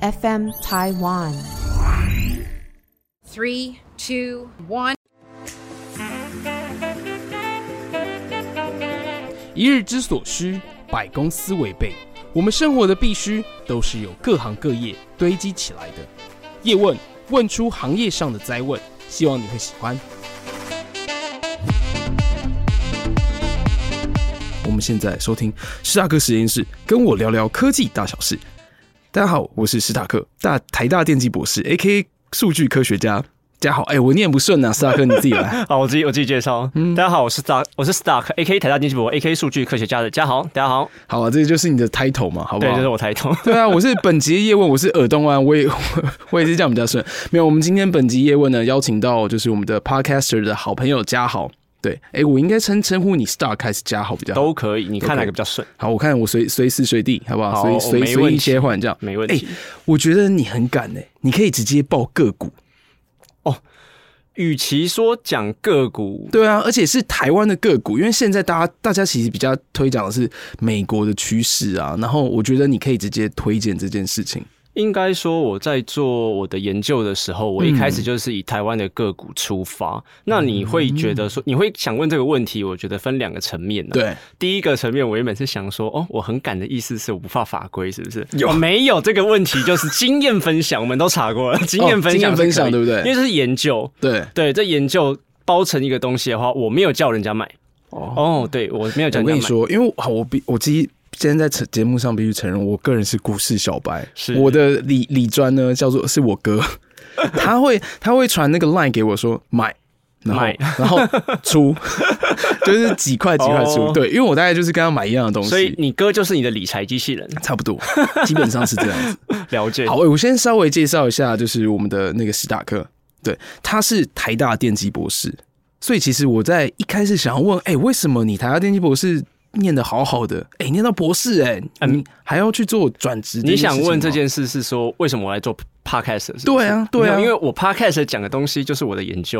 FM Taiwan. 3, 2, 1. 一日之所需，百公司为备。我们生活的必须，都是由各行各业堆积起来的。叶问问出行业上的灾问，希望你会喜欢。我们现在收听史塔克实验室，跟我聊聊科技大小事。大家好，我是史塔克，台大电机博士 ，A.K.A. 数据科学家。大家好，我念不顺啊，史塔克你自己来。 好，我自己介绍。大家好，我是 Stark，A.K.A. 台大电机博 ，A.K.A. 数据科学家的。大家好，大家好。 好啊，这个就是你的 title 嘛，好不好？ 对，这是我 title。 对啊，我是本集的叶问，我是尔东安，我也是这样比较顺。没有，我们今天本集叶问呢，邀请到就是我们的 podcaster 的好朋友嘉豪。对，我应该称呼你 Stark 还是嘉豪比较好？ 都可以，你看哪个比较顺？ 好，我看我随时随地，好不好？ 好， 随意切换这样， 没问题。 我觉得你很敢你可以直接报个股。 哦，与其说讲个股， 对啊，而且是台湾的个股，因为现在大家其实比较推讲的是美国的趋势啊，然后我觉得你可以直接推荐这件事情。 应该说我在做我的研究的时候，我一开始就是以台湾的个股出发。那你会觉得说，你会想问这个问题，我觉得分两个层面啊。 对， 第一个层面，我原本是想说，我很敢的意思是我不怕法规，是不是？没有这个问题，就是经验分享，我们都查过了，经验分享， 对不对？ 因为这是研究，对，这研究包成一个东西的话，我没有叫人家买。对，我没有叫人家买。 我跟你说，因为我今天在节目上必须承认，我个人是股市小白。我的理专呢，叫做是我哥，他会传那个 line 给我说买，然后出，就是几块出。对，因为我大概就是跟他买一样的东西， 所以你哥就是你的理财机器人， 差不多，基本上是这样子。 了解。 好，我先稍微介绍一下，就是我们的那个史塔克，对，他是台大电机博士，所以其实我在一开始想要问，为什么你台大电机博士念得好好的，念到博士，你还要去做转职？ 你想问这件事是说，为什么我来做 podcast？ 是不是？ 对啊， 因为我 podcast 讲的东西就是我的研究。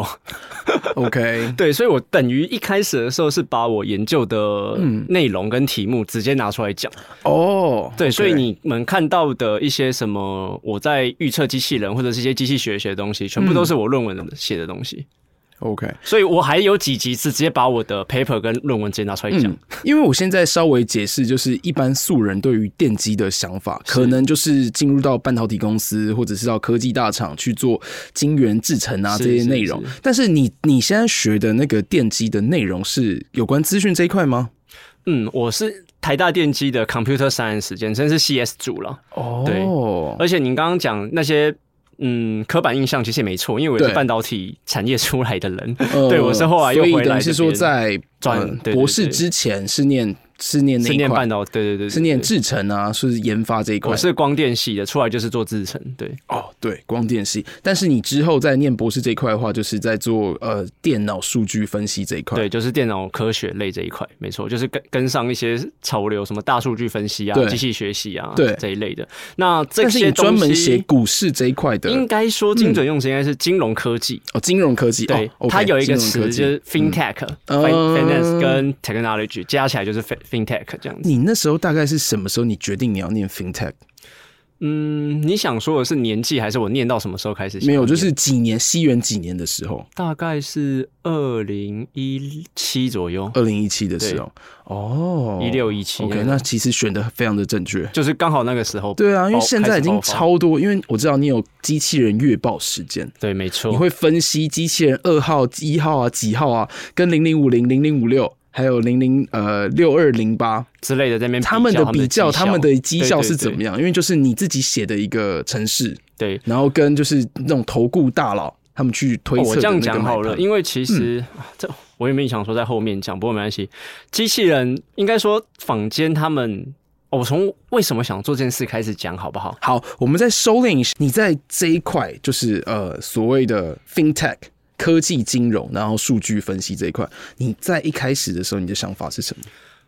OK， 对，所以我等于一开始的时候是把我研究的内容跟题目直接拿出来讲。对， 所以你们看到的一些什么我在预测机器人或者是一些机器学的东西，全部都是我论文写的东西。 OK， 所以我还有几集是直接把我的 paper 跟论文直接拿出来讲。 因为我现在稍微解释，就是一般素人对于电机的想法，可能就是进入到半导体公司或者是到科技大厂去做晶圆制程啊这些内容。但是你现在学的那个电机的内容是有关资讯这一块吗？ 我是台大电机的 Computer Science， 简称是 CS 组了。对，而且您刚刚讲那些刻板印象其实也没错，因为我也是半导体产业出来的人。对，我是后来又回来。所以等于是说，在博士之前是念那一块，半导体，对， 是念制程啊，是研发这一块。 我是光电系的，出来就是做制程。对， 对，光电系。但是你之后在念博士这一块的话，就是在做电脑数据分析这一块。 对，就是电脑科学类这一块，没错，就是跟上一些潮流，什么大数据分析啊、机器学习啊，这一类的。那这些东西，但是你专门写股市这一块的， 应该说精准用词应该是金融科技。 金融科技。 对，它有一个词就是 fintech、finance 跟 technology 加起来就是 fintech 这样子。 你那时候大概是什么时候你决定你要念 fintech？ 你想说的是年纪，还是我念到什么时候开始？ 没有，就是西元几年的时候， 大概是2017左右。 2017的时候 ，16、17。 OK， 那其实选的非常的正确， 就是刚好那个时候。 对啊，因为现在已经超多，因为我知道你有机器人月报时间。 对，没错。 你会分析机器人2号、1号啊、几号啊，跟0050、0056。还有6208 之类的，在那边他们的比较，他们的绩效是怎么样？因为就是你自己写的一个程式， 对， 然后跟就是那种投顾大佬他们去推测。 我这样讲好了，因为其实这我原本想说在后面讲，不过没关系。机器人应该说坊间他们，我从为什么想做这件事开始讲好不好？ 好，我们再收敛一下。你在这一块就是所谓的 fintech。科技金融，然后数据分析这一块，你在一开始的时候，你的想法是什么？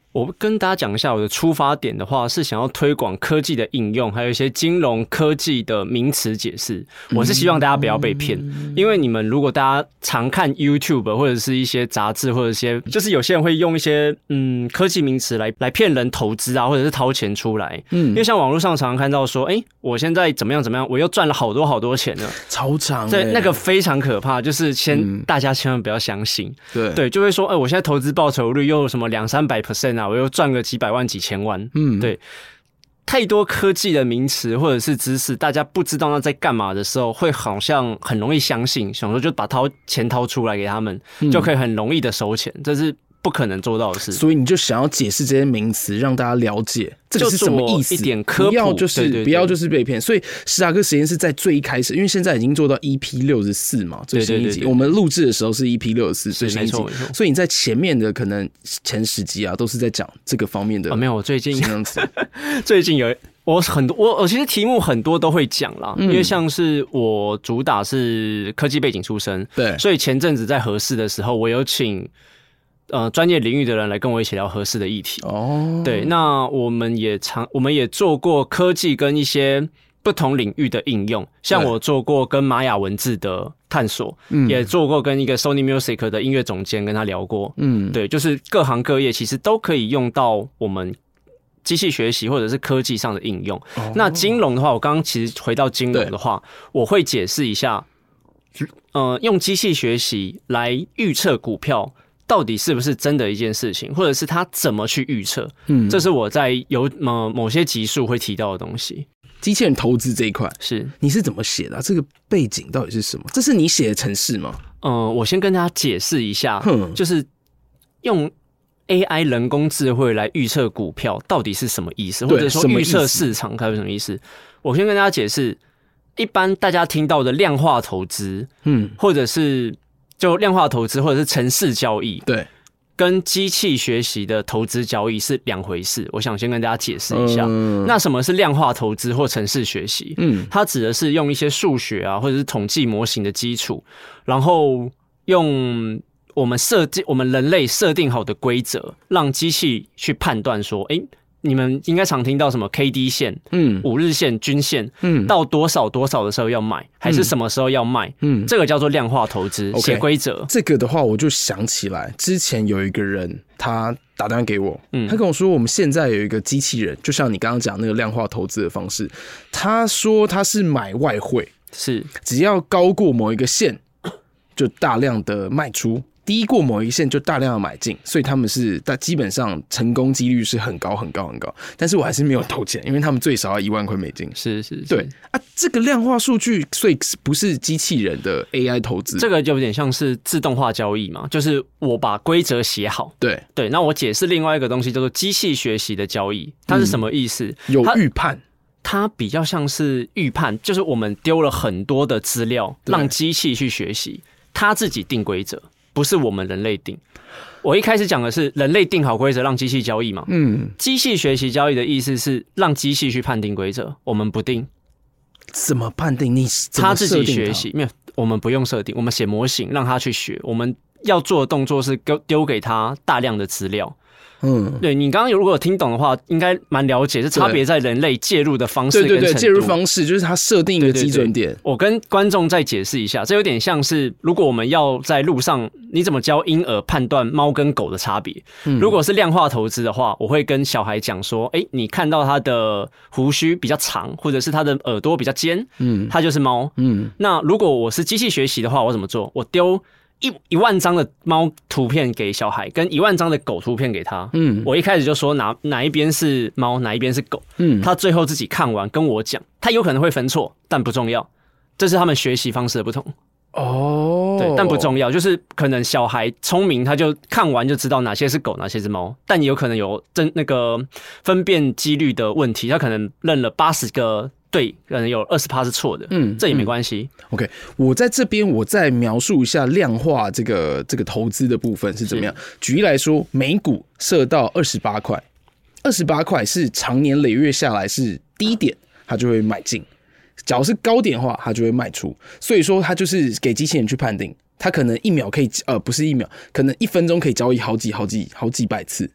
我跟大家讲一下我的出发点的话，是想要推广科技的应用，还有一些金融科技的名词解释。我是希望大家不要被骗，因为你们如果大家常看 YouTube 或者是一些杂志，或者一些就是有些人会用一些科技名词来骗人投资啊，或者是掏钱出来。因为像网络上常常看到说，我现在怎么样怎么样，我又赚了好多好多钱了， 超长。 对，那个非常可怕，就是大家千万不要相信。对，就会说，我现在投资报酬率又什么200-300%啊，我又赚个几百万几千万。对，太多科技的名词或者是知识，大家不知道那在干嘛的时候，会好像很容易相信，想说就把钱掏出来给他们，就可以很容易的收钱，这是不可能做到的事。 所以你就想要解释这些名词，让大家了解这个是什么意思， 一点科普， 不要就是被骗。所以史塔克实验室在最一开始，因为现在已经做到 EP64 嘛，最新一集，我们录制的时候是 EP64 最新一集，所以你在前面的可能前10集啊，都是在讲这个方面的。 没有，我最近最近有。我其实题目很多都会讲啦，因为像是我主打是科技背景出身，对，所以前阵子在核四的时候，我有请专业领域的人来跟我一起聊核四的议题。对，那我们也做过科技跟一些不同领域的应用，像我做过跟玛雅文字的探索，也做过跟一个 Sony Music 的音乐总监跟他聊过。对，就是各行各业其实都可以用到我们机器学习或者是科技上的应用。那金融的话，我刚刚其实回到金融的话，我会解释一下，用机器学习来预测股票到底是不是真的一件事情，或者是它怎么去预测。这是我在某些集数会提到的东西。 机器人投资这一块，你是怎么写的啊？这个背景到底是什么？这是你写的程式吗？ 我先跟大家解释一下，就是用AI 人工智慧来预测股票到底是什么意思，或者说预测市场它是什么意思？我先跟大家解释，一般大家听到的量化投资，或者是就量化投资或者是程式交易，对，跟机器学习的投资交易是两回事。我想先跟大家解释一下，那什么是量化投资或程式学习？它指的是用一些数学啊，或者是统计模型的基础，然后用我们人类设定好的规则，让机器去判断说，你们应该常听到什么 KD 线、5日线、均线，到多少多少的时候要买，还是什么时候要卖，这个叫做量化投资，写规则。 这个的话，我就想起来，之前有一个人他打电话给我，他跟我说，我们现在有一个机器人，就像你刚刚讲那个量化投资的方式，他说他是买外汇， 是只要高过某一个线，就大量的卖出。低过某一线就大量的买进，所以他们是基本上成功几率是很高很高很高，但是我还是没有投钱，因为他们最少要1万块美金。 是， 对啊，这个量化数据，所以不是机器人的 AI 投资， 这个就有点像是自动化交易嘛，就是我把规则写好。对，那我解释另外一个东西叫做机器学习的交易，它是什么意思？ 有预判。 它比较像是预判，就是我们丢了很多的资料，让机器去学习，它自己定规则。不是我们人类定，我一开始讲的是人类定好规则让机器交易嘛。机器学习交易的意思是让机器去判定规则，我们不定。 怎么判定？ 他自己学习，没有，我们不用设定，我们写模型让他去学。我们要做的动作是丢给他大量的资料。对，你刚刚如果有听懂的话，应该蛮了解，是差别在人类介入的方式跟程度。对， 介入方式就是他设定一个基准点。 我跟观众再解释一下，这有点像是如果我们要在路上，你怎么教婴儿判断猫跟狗的差别？如果是量化投资的话，我会跟小孩讲说，你看到他的胡须比较长，或者是他的耳朵比较尖，它就是猫。那如果我是机器学习的话，我怎么做？我丢1万张的猫图片给小孩，跟1万张的狗图片给他。我一开始就说哪一边是猫，哪一边是狗。他最后自己看完跟我讲，他有可能会分错，但不重要，这是他们学习方式的不同。对，但不重要，就是可能小孩聪明，他就看完就知道哪些是狗，哪些是猫，但有可能有那个分辨几率的问题，他可能认了80个。对，可能有20% 是错的，这也没关系。 OK， 我在这边我再描述一下量化这个投资的部分是怎么样。举例来说，美股设到28块，28块是长年累月下来是低点，它就会买进；假如是高点的话，它就会卖出。所以说，它就是给机器人去判定，它可能1秒可以不是1秒，可能1分钟可以交易好几百次。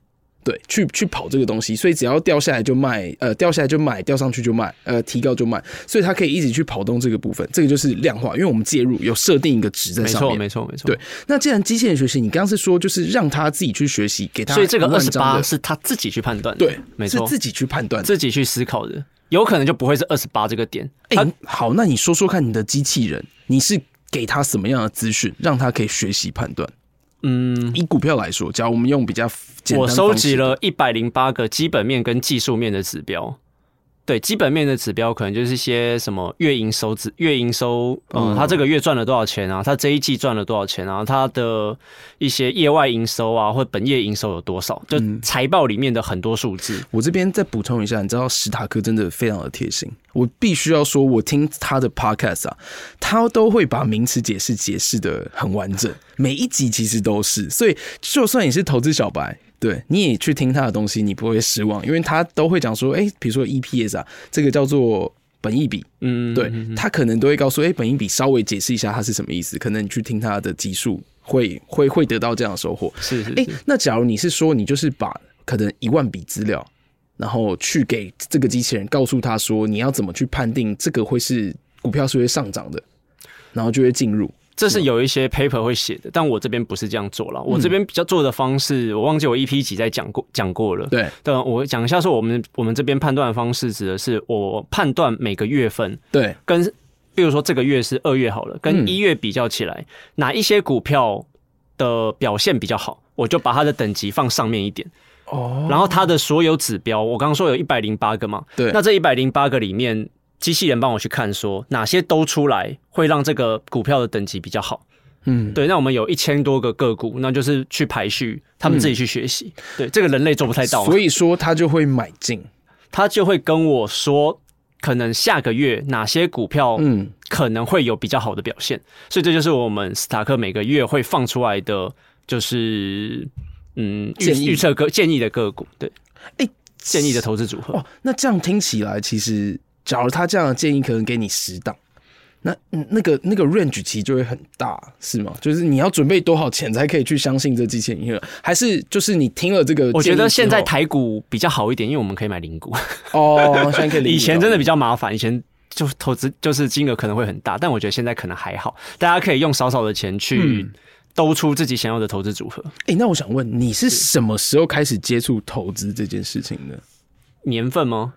对，去跑这个东西，所以只要掉下来就卖，掉下来就买，掉上去就卖，提高就卖，所以它可以一直去跑动这个部分，这个就是量化，因为我们介入有设定一个值在上面， 没错。 对，那既然机器人学习，你刚刚是说就是让他自己去学习，给他， 所以这个28是他自己去判断的， 对，没错，是自己去判断， 自己去思考的，有可能就不会是28这个点。 好，那你说说看，你的机器人，你是给他什么样的资讯，让他可以学习判断？以股票来说，假如我们用比较简单的方式， 我收集了108个基本面跟技术面的指标。对，基本面的指标可能就是一些什么月营收，他这个月赚了多少钱啊？他这一季赚了多少钱啊？他的一些业外营收啊，或本业营收有多少？就财报里面的很多数字。 我这边再补充一下，你知道史塔克真的非常的贴心，我必须要说，我听他的 podcast 啊，他都会把名词解释的很完整，每一集其实都是，所以就算你是投资小白。对，你也去听他的东西，你不会失望，因为他都会讲说，比如说 EPS 啊，这个叫做本益比，对，他可能都会告诉，本益比稍微解释一下它是什么意思，可能你去听他的集数会得到这样的收获。 是， 那假如你是说你就是把可能1万笔资料，然后去给这个机器人，告诉他说你要怎么去判定这个会是股票是会上涨的，然后就会进入。 这是有一些 paper 会写的，但我这边不是这样做了。我这边比较做的方式，我忘记我 EP 几在讲过了。 对， 我讲一下，说我们这边判断的方式，指的是我判断每个月份， 对， 跟比如说这个月是2月好了，跟1月比较起来，哪一些股票的表现比较好，我就把它的等级放上面一点。然后它的所有指标，我刚刚说有108个嘛， 对， 那这108个里面。机器人帮我去看说哪些都出来会让这个股票的等级比较好。对，那我们有1000多个个股，那就是去排序，他们自己去学习。对，这个人类做不太到， 所以说他就会买进， 他就会跟我说，可能下个月哪些股票可能会有比较好的表现。所以这就是我们史塔克每个月会放出来的，就是预测建议的个股，对，建议的投资组合。 那这样听起来其实。假如他这样的建议可能给你10档，那个 range 其实就会很大，是吗？就是你要准备多少钱才可以去相信这机器人？还是就是你听了这个建议之后， 我觉得现在台股比较好一点，因为我们可以买零股。 现在可以零股。 以前真的比较麻烦，以前就投资就是金额可能会很大，但我觉得现在可能还好，大家可以用少少的钱去兜出自己想要的投资组合。 那我想问，你是什么时候开始接触投资这件事情的？ 年份吗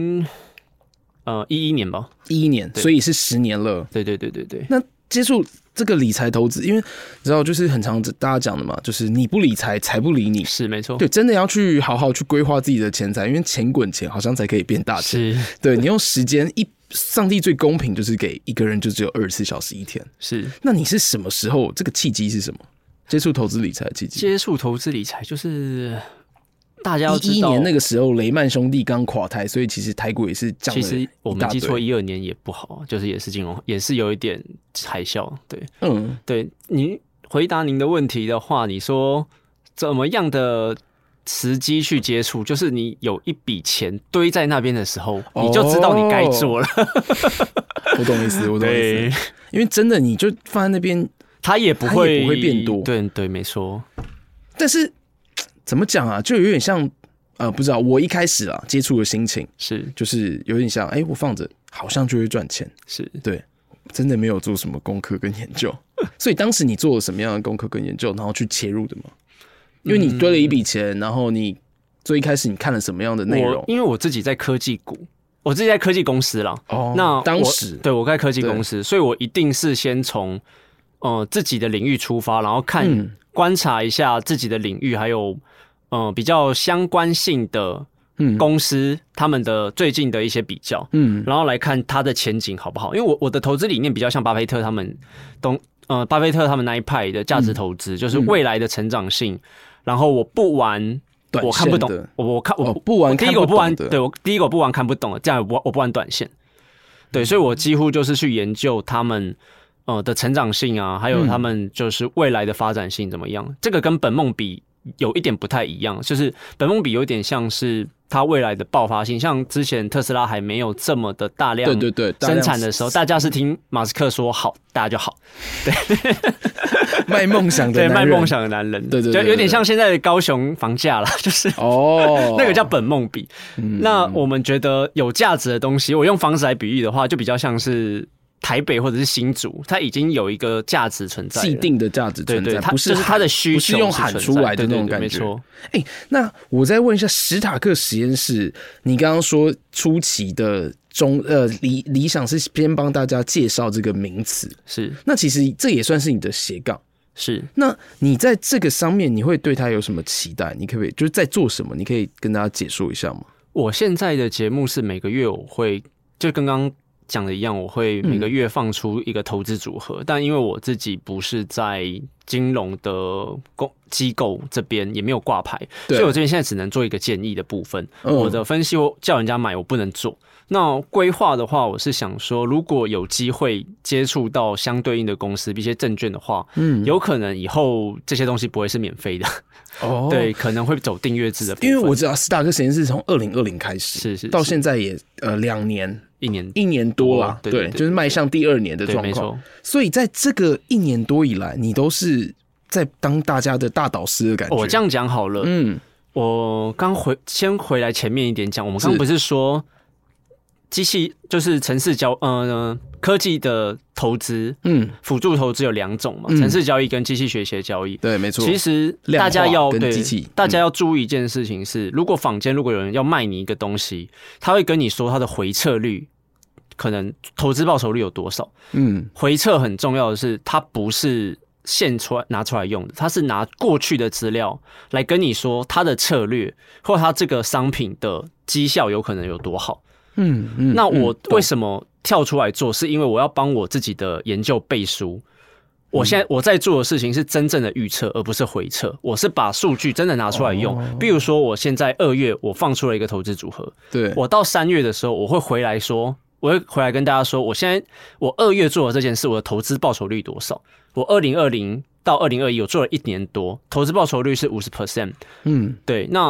？11年吧 ，11年，所以是10年了。 对。 那接触这个理财投资，因为你知道，就是很常大家讲的嘛，就是你不理财，财不理你。 是没错。 对，真的要去好好去规划自己的钱财，因为钱滚钱，好像才可以变大钱。 是， 对你用时间上帝最公平，就是给一个人就只有24小时一天。 是。 那你是什么时候？这个契机是什么？接触投资理财的契机？ 接触投资理财就是。大家要知道 11年那个时候，雷曼兄弟刚垮台，所以其实台股也是降了一大堆。 其实我们记错12年也不好，就是也是金融，也是有一点海啸。对，对。你回答您的问题的话，你说怎么样的时机去接触？就是你有一笔钱堆在那边的时候，你就知道你该做了。 我懂意思，因为真的你就放在那边， 它也不会变多。 对，没错。 但是。怎么讲啊？就有点像，不知道。我一开始接触的心情就是有点像，我放着好像就会赚钱，对，真的没有做什么功课跟研究。所以当时你做了什么样的功课跟研究，然后去切入的吗？因为你堆了一笔钱，然后你最一开始你看了什么样的内容？ 因为我自己在科技股，我自己在科技公司啦。那当时对我在科技公司，所以我一定是先从自己的领域出发，然后观察一下自己的领域，还有。比较相关性的公司，他们的最近的一些比较，然后来看它的前景好不好？因为我的投资理念比较像巴菲特他们巴菲特他们那一派的价值投资，就是未来的成长性。然后我不玩我看不懂，我不玩， 第一个我不玩，对我第一个我不玩看不懂，这样我不玩短线。对，所以我几乎就是去研究他们的成长性啊，还有他们就是未来的发展性怎么样。这个跟本梦比有一点不太一样，就是本梦比有点像是它未来的爆发性，像之前特斯拉还没有这么的大量生产的时候，大家是听马斯克说好，大家就好，对， 卖梦想的男人， 对，卖梦想的男人，对，就有点像现在的高雄房价啦，就是那个叫本梦比。那我们觉得有价值的东西，我用房子来比喻的话，就比较像是台北或者是新竹，它已经有一个价值存在， 既定的价值存在， 不是它的需求， 不是用喊出来的那种感觉。 没错。 那我再问一下，史塔克实验室，你刚刚说初期的理想是先帮大家介绍这个名词， 是。 那其实这也算是你的斜杠， 是。 那你在这个上面，你会对它有什么期待？你可不可以就是在做什么？你可以跟大家解说一下吗？ 我现在的节目是每个月我会就跟刚讲的一样，我会每个月放出一个投资组合，但因为我自己不是在金融的机构这边，也没有挂牌，所以我这边现在只能做一个建议的部分。我的分析我叫人家买，我不能做。那规划的话，我是想说，如果有机会接触到相对应的公司，一些证券的话，有可能以后这些东西不会是免费的。对，可能会走订阅制的部分。 因为我知道史塔克实验室从2020开始，是到现在也2年。一年多啦，对，就是迈向第2年的状况。所以在这个1年多以来，你都是在当大家的大导师的感觉。 我这样讲好了，我先回来前面一点讲，我们刚不是说机器就是程式科技的投资，辅助投资有2种嘛，程式交易跟机器学习的交易。 对，没错。 其实大家要注意一件事情是，如果坊间如果有人要卖你一个东西，他会跟你说他的回撤率，可能投资报酬率有多少。回撤很重要的是，它不是现拿出来用的，它是拿过去的资料来跟你说它的策略或它这个商品的绩效有可能有多好。那我为什么跳出来做？是因为我要帮我自己的研究背书。我在做的事情是真正的预测，而不是回测。我是把数据真的拿出来用。比如说，我现在2月我放出了一个投资组合，对，我到3月的时候，我会回来跟大家说，我2月做的这件事，我的投资报酬率多少？我2020到2021我做了1年多，投资报酬率是 50%。对，那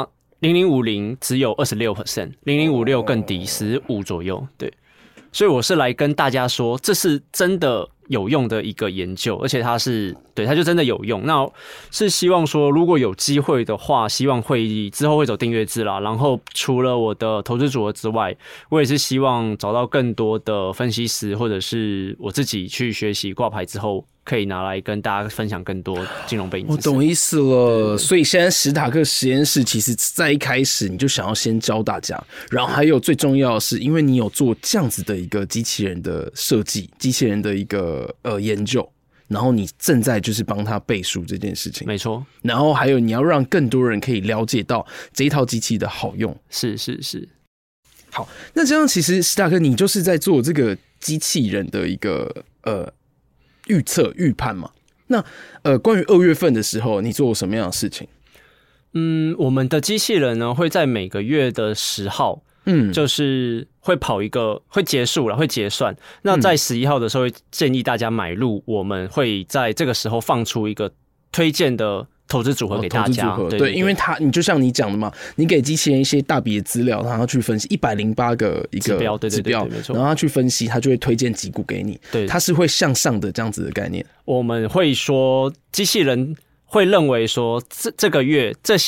0050只有 26%，0056 更低15%左右。对，所以我是来跟大家说，这是真的有用的一个研究，而且它就真的有用。那是希望说，如果有机会的话，希望之后会走订阅制啦。然后除了我的投资组合之外，我也是希望找到更多的分析师，或者是我自己去学习挂牌之后，可以拿来跟大家分享更多金融背景知识。 我懂意思了。所以现在史塔克实验室其实在一开始你就想要先教大家，然后还有最重要的是，因为你有做这样子的一个机器人的设计，机器人的一个研究，然后你正在就是帮他背书这件事情。 没错。 然后还有你要让更多人可以了解到这一套机器的好用。 是。 好，那这样其实史塔克你就是在做这个机器人的一个预测预判嘛？那关于2月份的时候，你做了什么样的事情？ 我们的机器人呢会在每个月的10号，就是会跑一个会结束了，会结算。那在11号的时候，会建议大家买入，我们会在这个时候放出一个推荐的投资组合给大家。 对，因为你就像你讲的嘛，你给机器人一些大笔的资料，让他去分析108个一个指标， 没错， 然后他去分析，他就会推荐几股给你。对，它是会向上的这样子的概念。 我们会说，机器人会认为说，这个月这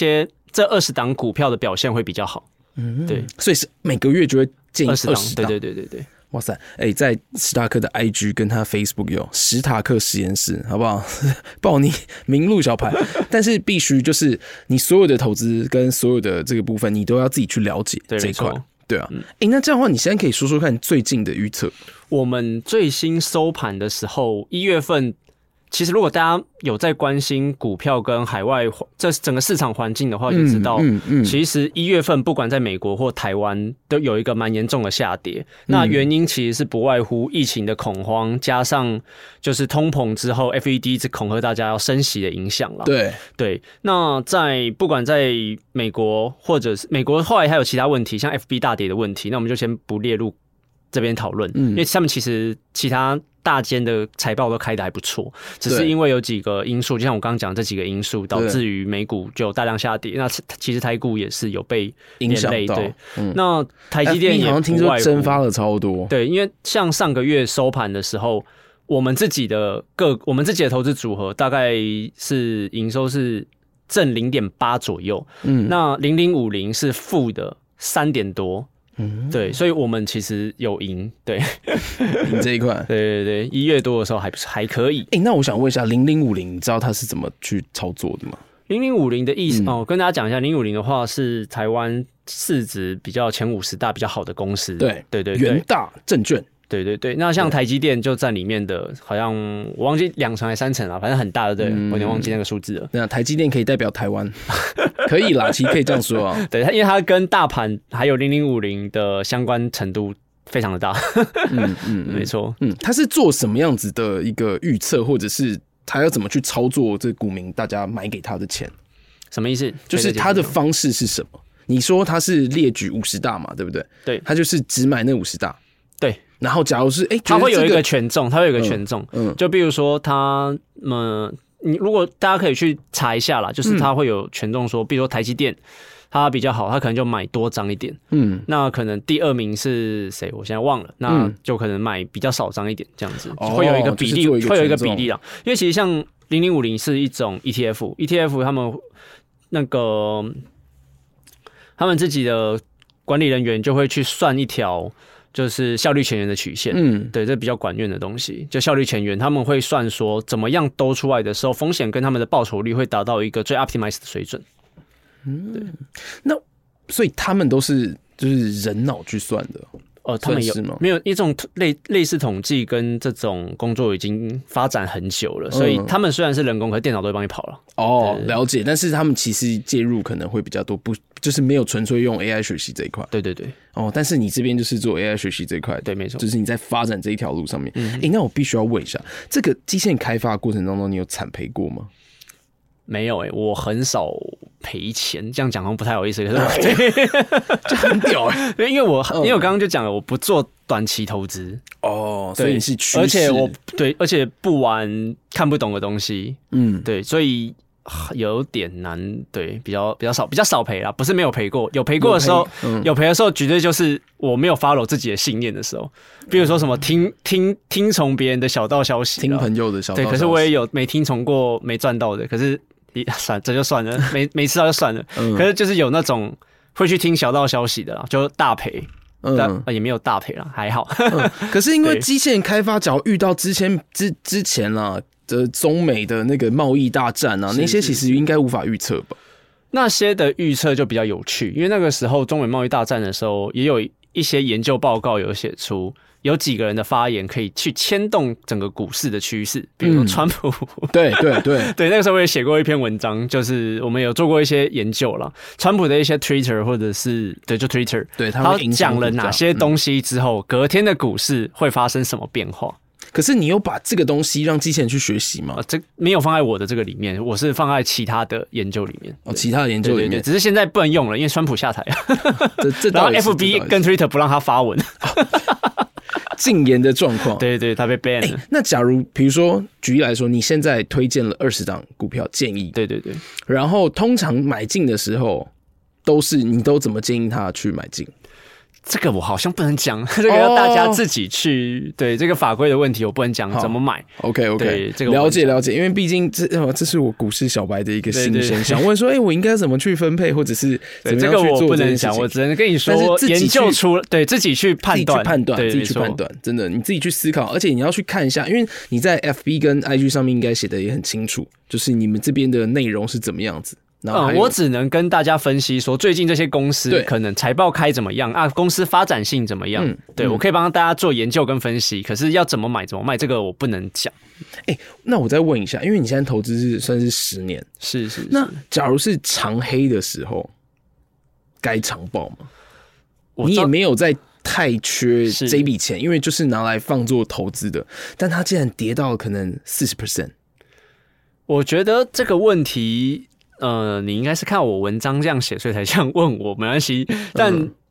20档股票的表现会比较好。对， 所以是每个月就会建议20档。 对。 哇塞，在史塔克的 IG 跟他 Facebook 有史塔克实验室，好不好？报你名录小牌，但是必须就是你所有的投资跟所有的这个部分，你都要自己去了解这一块。对啊，那这样的话，你现在可以说说看最近的预测。 我们最新收盘的时候，1月份。其实，如果大家有在关心股票跟海外这整个市场环境的话，就知道，其实1月份不管在美国或台湾都有一个蛮严重的下跌。那原因其实是不外乎疫情的恐慌，加上就是通膨之后 ，FED 一直恐吓大家要升息的影响了。对。那不管在美国或者是美国后来还有其他问题，像 FB 大跌的问题，那我们就先不列入这边讨论，因为他们其实其他大间的财报都开得还不错，只是因为有几个因素，就像我刚刚讲这几个因素，导致于美股就大量下跌。那其实台股也是有被影响到。 那台积电也好像听说蒸发了超多。 对，因为像上个月收盘的时候，我们自己的投资组合大概是营收是正 0.8 左右，那0050是负的3点多。对，所以我们其实有赢，对， 赢这一块， 对，1月多的时候还可以。 那我想问一下0050，你知道它是怎么去操作的吗 ？0050的意思跟大家讲一下，0050的话是台湾市值比较前50大比较好的公司，对， 元大证券。 对，那像台积电就占里面的，好像我忘记2成还3成了，反正很大的，对，我有点忘记那个数字了。 那台积电可以代表台湾，可以啦，其实可以这样说啊。 对，因为它跟大盘还有0050的相关程度非常的大。没错。 它是做什么样子的一个预测，或者是它要怎么去操作这股民大家买给他的钱？ 什么意思？ 就是它的方式是什么？你说它是列举50大嘛，对不对？ 对， 它就是只买那50大。 对。 然后，假如是它会有一个权重，就比如说你如果大家可以去查一下啦，就是它会有权重说，比如说台积电它比较好，它可能就买多张一点，那可能第2名是谁，我现在忘了，那就可能买比较少张一点，这样子会有一个比例，会有一个比例啦。因为其实像0050是一种 ETF 他们那个他们自己的管理人员就会去算一条。就是效率前缘的曲线，对，这比较管院的东西。就效率前缘，他们会算说怎么样兜出来的时候，风险跟他们的报酬率会达到一个最 optimized 的水准。对， 那所以他们都是就是人脑去算的。 他们没有一种类似统计跟这种工作已经发展很久了，所以他们虽然是人工，可是电脑都会帮你跑了。 了解。但是他们其实介入可能会比较多，不就是没有纯粹用 AI 学习这一块。 对。 但是你这边就是做 AI 学习这一块， 对，没错， 就是你在发展这一条路上面。那我必须要问一下，这个机械开发过程当中，你有惨赔过吗？ 没有我很少赔钱，这样讲好像不太好意思，可是就很屌因为我刚刚就讲了，我不做短期投资所以你是趋势， 而且不玩看不懂的东西，对，所以有点难，对，比较少赔啦，不是没有赔过，有赔过的时候，有赔的时候绝对就是我没有 follow 自己的信念的时候，比如说什么听从别人的小道消息， 听朋友的小道消息， 对，可是我也有没听从过没赚到的，可是这就算了，没吃到就算了。可是就是有那种会去听小道消息的啦，就大赔，但也没有大赔啦，还好。 可是因为机械人开发，只要遇到之前啦的中美的那个贸易大战啊，那些其实应该无法预测吧？ 那些的预测就比较有趣，因为那个时候中美贸易大战的时候，也有一些研究报告有写出。有几个人的发言可以去牵动整个股市的趋势，比如说川普。 对， 那个时候我也写过一篇文章，就是我们有做过一些研究啦，川普的一些 Twitter 或者是就 Twitter， 对， 他讲了哪些东西之后，隔天的股市会发生什么变化。 可是你有把这个东西让机器人去学习吗？ 这没有放在我的这个里面，我是放在其他的研究里面。 其他的研究里面，对， 只是现在不能用了，因为川普下台了。然后 FB 跟 Twitter 不让他发文。 禁言的状况， 对，他被 ban 了。 那假如比如说举例来说，你现在推荐了20档股票建议， 对， 然后通常买进的时候你都怎么建议他去买进？ 这个我好像不能讲，这个要大家自己去。对，这个法规的问题我不能讲怎么买。 OK， 这个了解，因为毕竟这是我股市小白的一个心声，想问说，我应该怎么去分配，或者是怎么样去做这件事情？ 这个我不能讲，我只能跟你说，研究出自己去判断， 自己去判断，真的你自己去思考，而且你要去看一下，因为你在 FB 跟 IG 上面应该写的也很清楚，就是你们这边的内容是怎么样子。 我只能跟大家分析说，最近这些公司可能财报开怎么样啊，公司发展性怎么样？对，我可以帮大家做研究跟分析，可是要怎么买怎么卖，这个我不能讲。 那我再问一下，因为你现在投资算是10年， 是。 那假如是长黑的时候，该长报吗？你也没有在太缺这笔钱，因为就是拿来放做投资的，但它竟然跌到可能 40%。 我觉得这个问题。你应该是看我文章这样写，所以才这样问我，没关系。但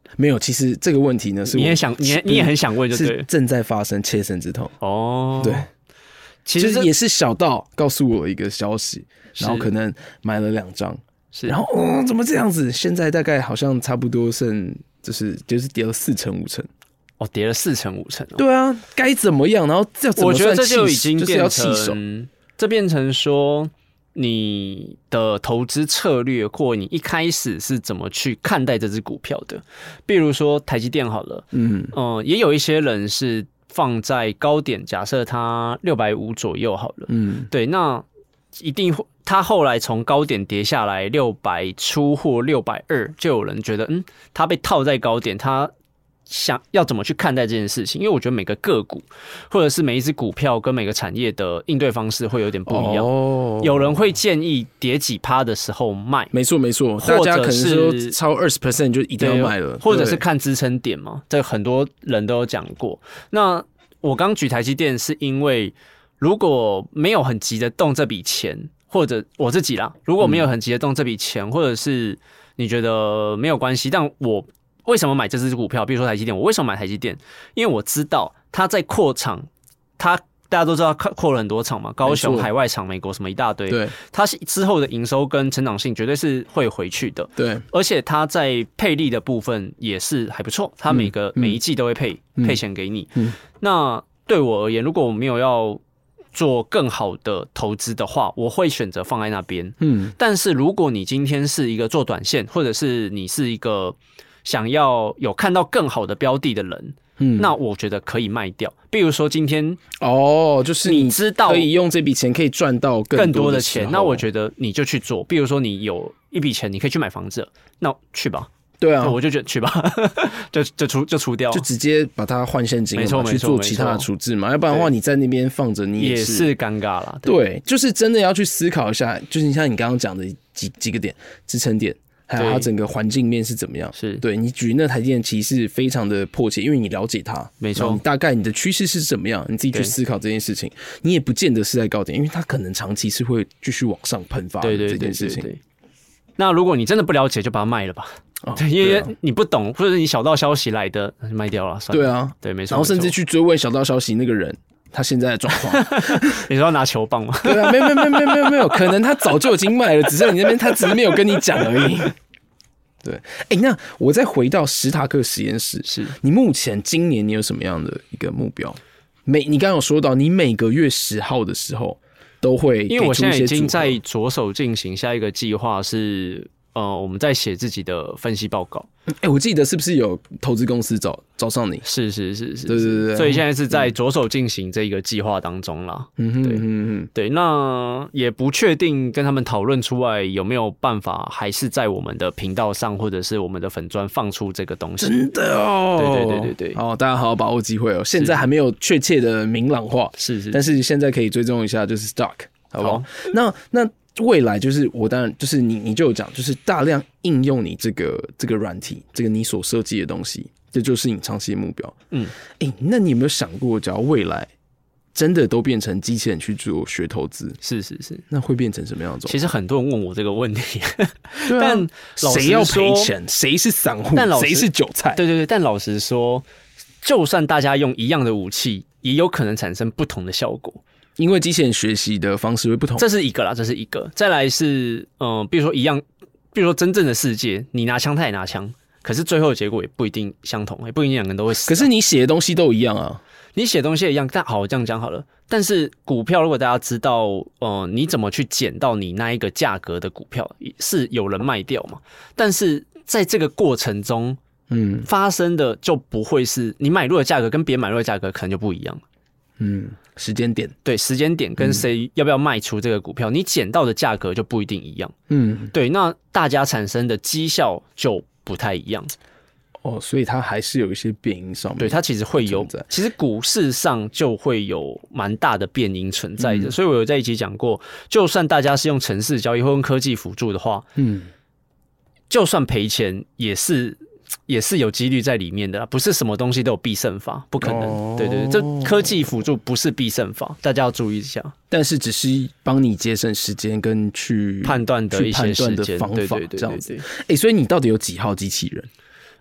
没有，其实这个问题呢，是你也很想问，就对了， 是正在发生，切身之痛。 哦， 对， 其实也是小道告诉我一个消息，然后可能买了2张，然后怎么这样子？现在大概好像差不多剩就是跌了4成5成。 哦，跌了4成5成。 对啊，该怎么样？然后要怎么算？ 我觉得这就已经变成， 这变成说你的投资策略，或你一开始是怎么去看待这只股票的。比如说台积电好了，也有一些人是放在高点，假设它650左右好了，对，那一定它后来从高点跌下来600出或620，就有人觉得，它被套在高点，它想要怎么去看待这件事情？因为我觉得每个个股或者是每一只股票跟每个产业的应对方式会有点不一样。有人会建议跌几%的时候卖， 没错，大家可能说超20% 就一定要卖了， 或者是看支撑点嘛，这很多人都有讲过。那我刚举台积电是因为，如果没有很急的动这笔钱，或者我自己啦，如果没有很急的动这笔钱，或者是你觉得没有关系，但我为什么买这支股票？比如说台积电，我为什么买台积电？因为我知道它在扩厂，大家都知道扩了很多厂嘛，高雄、海外厂、美国什么一大堆。对，它之后的营收跟成长性绝对是会回去的。对，而且它在配利的部分也是还不错，它每一季都会配钱给你。那对我而言，如果我没有要做更好的投资的话，我会选择放在那边。但是如果你今天是一个做短线，或者是你是一个想要有看到更好的标的的人，那我觉得可以卖掉。比如说今天就是你知道可以用这笔钱可以赚到更多的钱， 那我觉得你就去做。比如说你有一笔钱，你可以去买房子，那去吧。 对啊， 我就觉得去吧，就除掉， 就直接把它换现金，去做其他的处置嘛。要不然的话，你在那边放着，你也是尴尬啦。 对，就是真的要去思考一下，就是像你刚刚讲的几个点，支撑点。还有它整个环境面是怎么样？是对你举那台积电其实非常的迫切，因为你了解它，没错，你大概你的趋势是怎么样，你自己去思考这件事情，你也不见得是在高点，因为它可能长期是会继续往上喷发的这件事情。对， 那如果你真的不了解，就把它卖了吧。对，因为你不懂，或者你小道消息来的，卖掉了，算了。 对啊， 对，没错。 然后甚至去追问小道消息那个人。他现在的状况， 你说要拿球棒吗？ 对啊，没有，可能他早就已经卖了，只是你那边他只是没有跟你讲而已。对，那我再回到史塔克实验室，是你目前今年你有什么样的一个目标？你刚刚有说到，你每个月10号的时候都会， 因为我现在已经在着手进行下一个计划是。我们在写自己的分析报告。 我记得是不是有投资公司找上你？ 是， 对， 所以现在是在着手进行这个计划当中啦。对，那也不确定跟他们讨论出来有没有办法，还是在我们的频道上或者是我们的粉专放出这个东西。 真的哦， 对， 好，大家好好把握机会哦。现在还没有确切的明朗化，是，但是现在可以追踪一下，就是 stock， 好不好？那。未来就是我当然就是你就有讲，就是大量应用你这个软体，这个你所设计的东西，这就是你长期的目标。那你有没有想过，假如未来真的都变成机器人去做学投资， 是， 那会变成什么样的状况？ 其实很多人问我这个问题， 但谁要赔钱，谁是散户，谁是韭菜？ 对，但老实说，就算大家用一样的武器，也有可能产生不同的效果。 因为机器人学习的方式会不同， 这是一个啦，再来是比如说一样，比如说真正的世界，你拿枪，他也拿枪，可是最后的结果也不一定相同，也不一定两个人都会死。 可是你写的东西都一样啊， 你写的东西也一样，但好，我这样讲好了。但是股票，如果大家知道，你怎么去捡到你那一个价格的股票，是有人卖掉嘛？但是在这个过程中，发生的就不会是你买入的价格跟别人买入的价格可能就不一样。 时间点， 对，时间点跟谁要不要卖出这个股票，你捡到的价格就不一定一样。对，那大家产生的绩效就不太一样。 所以它还是有一些变因上面， 对，它其实会有，其实股市上就会有蛮大的变因存在的。所以我有在一起讲过，就算大家是用程式交易或用科技辅助的话，就算赔钱也是有几率在里面的啦，不是什么东西都有必胜法，不可能。对，这科技辅助不是必胜法，大家要注意一下。 但是只是帮你节省时间跟去判断的一些时间方法，这样子。所以你到底有几号机器人？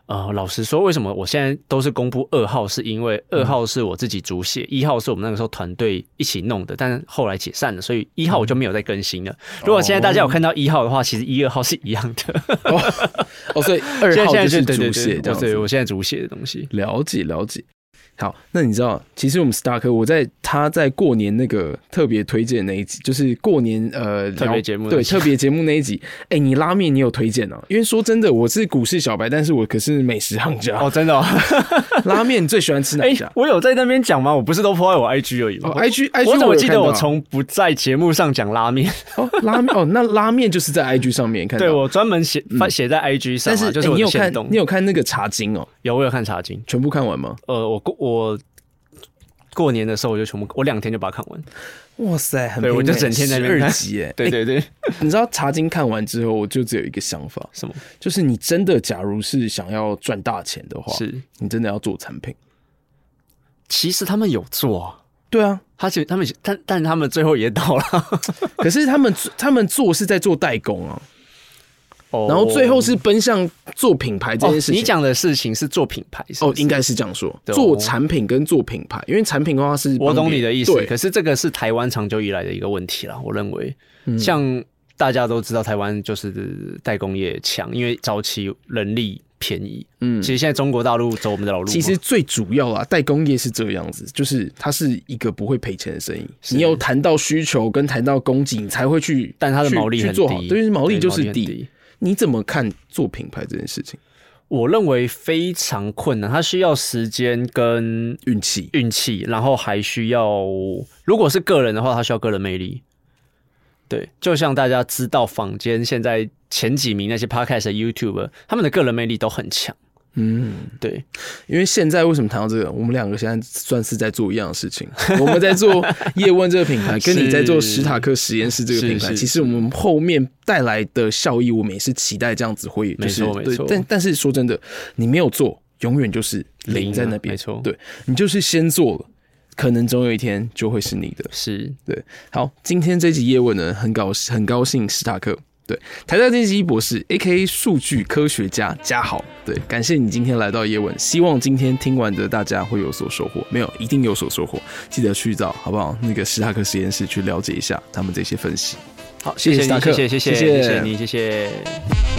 老实说，为什么我现在都是公布2号，是因为2号是我自己主写，1号是我们那个时候团队一起弄的，但是后来解散了，所以1号我就没有再更新了。如果现在大家有看到1号的话，其实1、2号是一样的。 所以2号就是主写， 对，我现在主写的东西。 了解。好，那你知道，其实我们史塔克，他在过年那个特别推荐那一集，就是过年特别节目， 对特别节目那一集，你拉面你有推荐啊？因为说真的，我是股市小白，但是我可是美食行家哦，真的哦。 拉面你最喜欢吃哪一家？ 我有在那边讲吗？我不是都 po 在我 IG 而已吗 ？IG 我怎么记得我从不在节目上讲拉面？ 拉面那拉面就是在 IG 上面看到， 对我专门写在 IG 上， 但是就是你有看那个茶经哦？ 有，我有看茶经， 全部看完吗？ 我过年的时候我就全部，我2天就把它看完。 哇塞，很对，我就整天在那边看 12集耶。 对， 你知道茶经看完之后，我就只有一个想法， 什么？ 就是你真的假如是想要赚大钱的话，你真的要做产品。 其实他们有做啊， 对啊， 但他们最后也倒了。 可是他们做是在做代工啊。然后最后是奔向做品牌这件事情。 你讲的事情是做品牌是不是？ 应该是这样说，做产品跟做品牌，因为产品的话是我懂你的意思，可是这个是台湾长久以来的一个问题啦。我认为，像大家都知道，台湾就是代工业强，因为早期人力便宜。其实现在中国大陆走我们的老路。 其实最主要啦，代工业是这个样子，就是它是一个不会赔钱的生意。你有谈到需求跟谈到供给，你才会去， 但它的毛利很低， 对，毛利就是低。你怎么看做品牌这件事情？ 我认为非常困难，它需要时间跟运气， 然后还需要，如果是个人的话，它需要个人魅力。对，就像大家知道坊间现在前几名那些 podcast 的 YouTuber， 他们的个人魅力都很强。对， 因为现在为什么谈到这个？我们2个现在算是在做一样的事情。我们在做叶问这个品牌，跟你在做史塔克实验室这个品牌，其实我们后面带来的效益，我们也是期待这样子会， 没错。 但是说真的，你没有做，永远就是零在那边。 没错， 对，你就是先做了，可能总有一天就会是你的。 是， 对。好，今天这集叶问呢，很高兴史塔克。对，台大电机博士 ，A.K.A 数据科学家嘉豪，对，感谢你今天来到叶问，希望今天听完的大家会有所收获，没有，一定有所收获，记得去找好不好？那个史塔克实验室去了解一下他们这些分析。 好，谢谢你，谢谢你，谢谢。